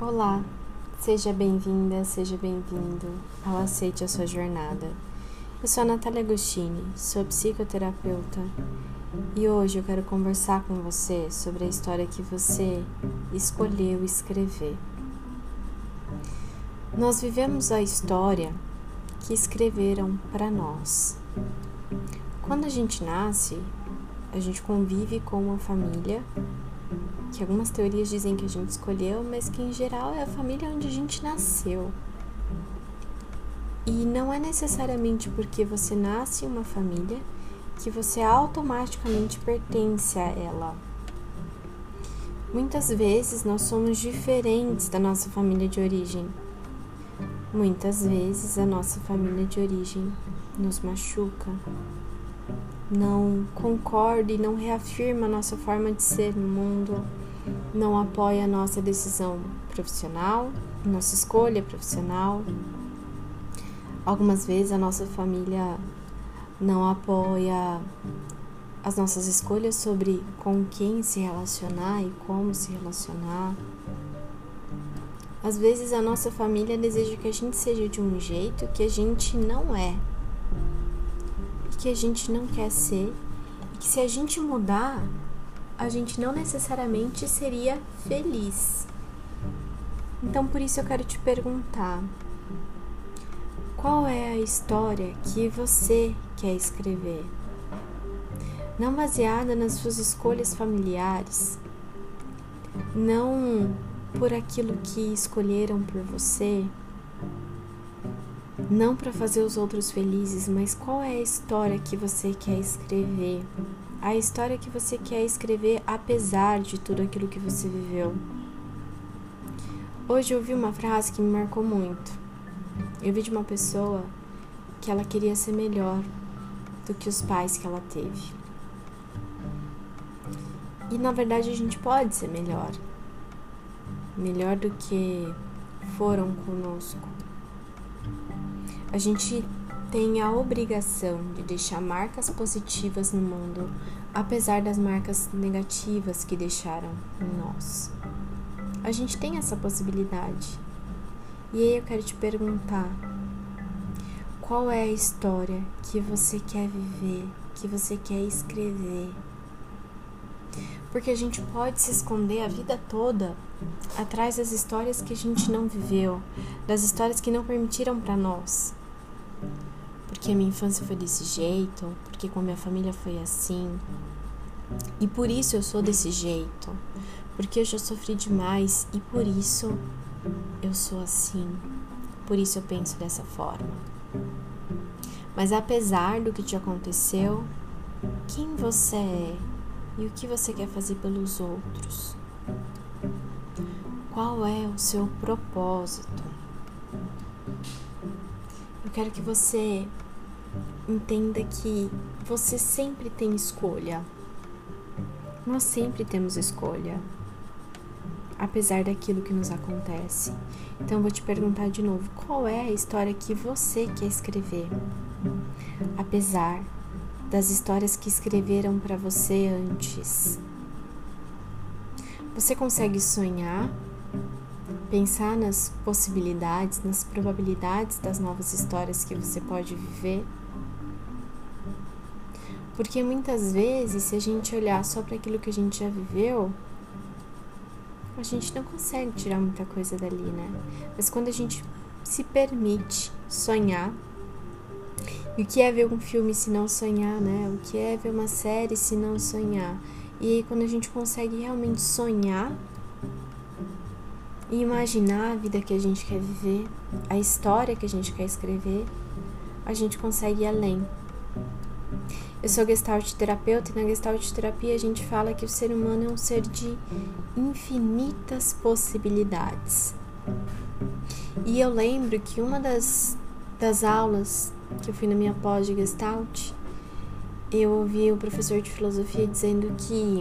Olá, seja bem-vinda, seja bem-vindo ao Aceite a Sua Jornada. Eu sou a Natália Agostini, sou psicoterapeuta e hoje eu quero conversar com você sobre a história que você escolheu escrever. Nós vivemos a história que escreveram para nós. Quando a gente nasce, a gente convive com uma família que algumas teorias dizem que a gente escolheu, mas que em geral é a família onde a gente nasceu. E não é necessariamente porque você nasce em uma família que você automaticamente pertence a ela. Muitas vezes nós somos diferentes da nossa família de origem. Muitas vezes a nossa família de origem nos machuca, não concorda e não reafirma a nossa forma de ser no mundo, não apoia a nossa decisão profissional, nossa escolha profissional. Algumas vezes a nossa família não apoia as nossas escolhas sobre com quem se relacionar e como se relacionar. Às vezes a nossa família deseja que a gente seja de um jeito que a gente não é, que a gente não quer ser, e que se a gente mudar, a gente não necessariamente seria feliz. Então, por isso eu quero te perguntar: qual é a história que você quer escrever? Não baseada nas suas escolhas familiares, não por aquilo que escolheram por você, não para fazer os outros felizes, mas qual é a história que você quer escrever? A história que você quer escrever apesar de tudo aquilo que você viveu. Hoje eu ouvi uma frase que me marcou muito. Eu vi de uma pessoa que ela queria ser melhor do que os pais que ela teve. E na verdade a gente pode ser melhor. Melhor do que foram conosco. A gente tem a obrigação de deixar marcas positivas no mundo, apesar das marcas negativas que deixaram em nós. A gente tem essa possibilidade. E aí eu quero te perguntar: qual é a história que você quer viver, que você quer escrever? Porque a gente pode se esconder a vida toda atrás das histórias que a gente não viveu, das histórias que não permitiram para nós. Porque a minha infância foi desse jeito, porque com a minha família foi assim, e por isso eu sou desse jeito, porque eu já sofri demais e por isso eu sou assim, por isso eu penso dessa forma. Mas apesar do que te aconteceu, quem você é e o que você quer fazer pelos outros? Qual é o seu propósito? Eu quero que você entenda que você sempre tem escolha. Nós sempre temos escolha, apesar daquilo que nos acontece. Então eu vou te perguntar de novo: qual é a história que você quer escrever? Apesar das histórias que escreveram para você antes. Você consegue sonhar? Pensar nas possibilidades, nas probabilidades das novas histórias que você pode viver? Porque muitas vezes, se a gente olhar só para aquilo que a gente já viveu, a gente não consegue tirar muita coisa dali, né? Mas quando a gente se permite sonhar, e o que é ver um filme se não sonhar, né? O que é ver uma série se não sonhar? E aí quando a gente consegue realmente sonhar e imaginar a vida que a gente quer viver, a história que a gente quer escrever, a gente consegue ir além. Eu sou Gestalt terapeuta e na Gestalt terapia a gente fala que o ser humano é um ser de infinitas possibilidades. E eu lembro que uma das aulas que eu fui na minha pós de Gestalt, eu ouvi o professor de filosofia dizendo que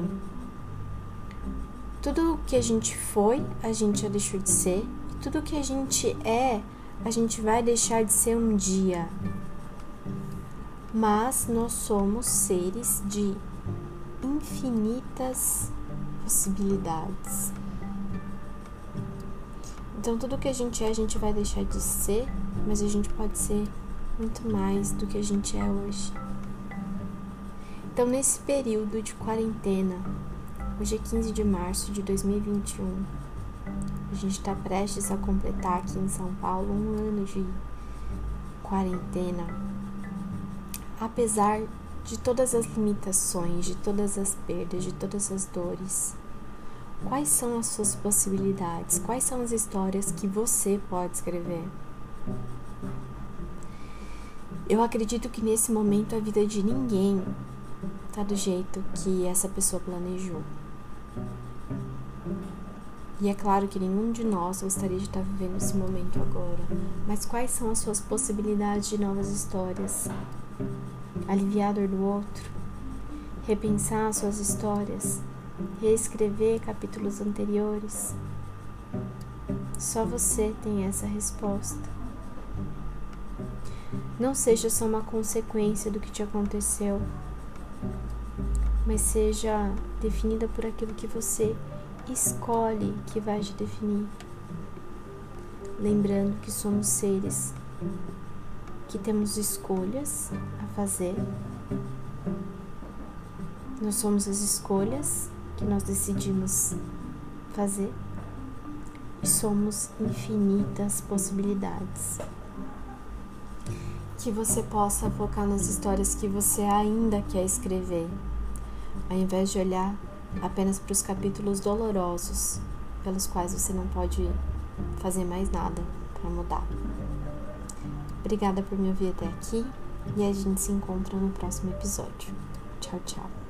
tudo que a gente foi, a gente já deixou de ser, e tudo que a gente é, a gente vai deixar de ser um dia. Mas nós somos seres de infinitas possibilidades. Então tudo que a gente vai deixar de ser, mas a gente pode ser muito mais do que a gente é hoje. Então nesse período de quarentena, hoje é 15 de março de 2021, a gente está prestes a completar aqui em São Paulo 1 ano de quarentena. Apesar de todas as limitações, de todas as perdas, de todas as dores, quais são as suas possibilidades? Quais são as histórias que você pode escrever? Eu acredito que nesse momento a vida de ninguém tá do jeito que essa pessoa planejou. E é claro que nenhum de nós gostaria de estar vivendo esse momento agora. Mas quais são as suas possibilidades de novas histórias? Aliviar a dor do outro? Repensar as suas histórias? Reescrever capítulos anteriores? Só você tem essa resposta. Não seja só uma consequência do que te aconteceu, mas seja definida por aquilo que você escolhe que vai te definir. Lembrando que somos seres que temos escolhas a fazer. Nós somos as escolhas que nós decidimos fazer e somos infinitas possibilidades. Que você possa focar nas histórias que você ainda quer escrever, ao invés de olhar apenas para os capítulos dolorosos pelos quais você não pode fazer mais nada para mudar. Obrigada por me ouvir até aqui e a gente se encontra no próximo episódio. Tchau, tchau.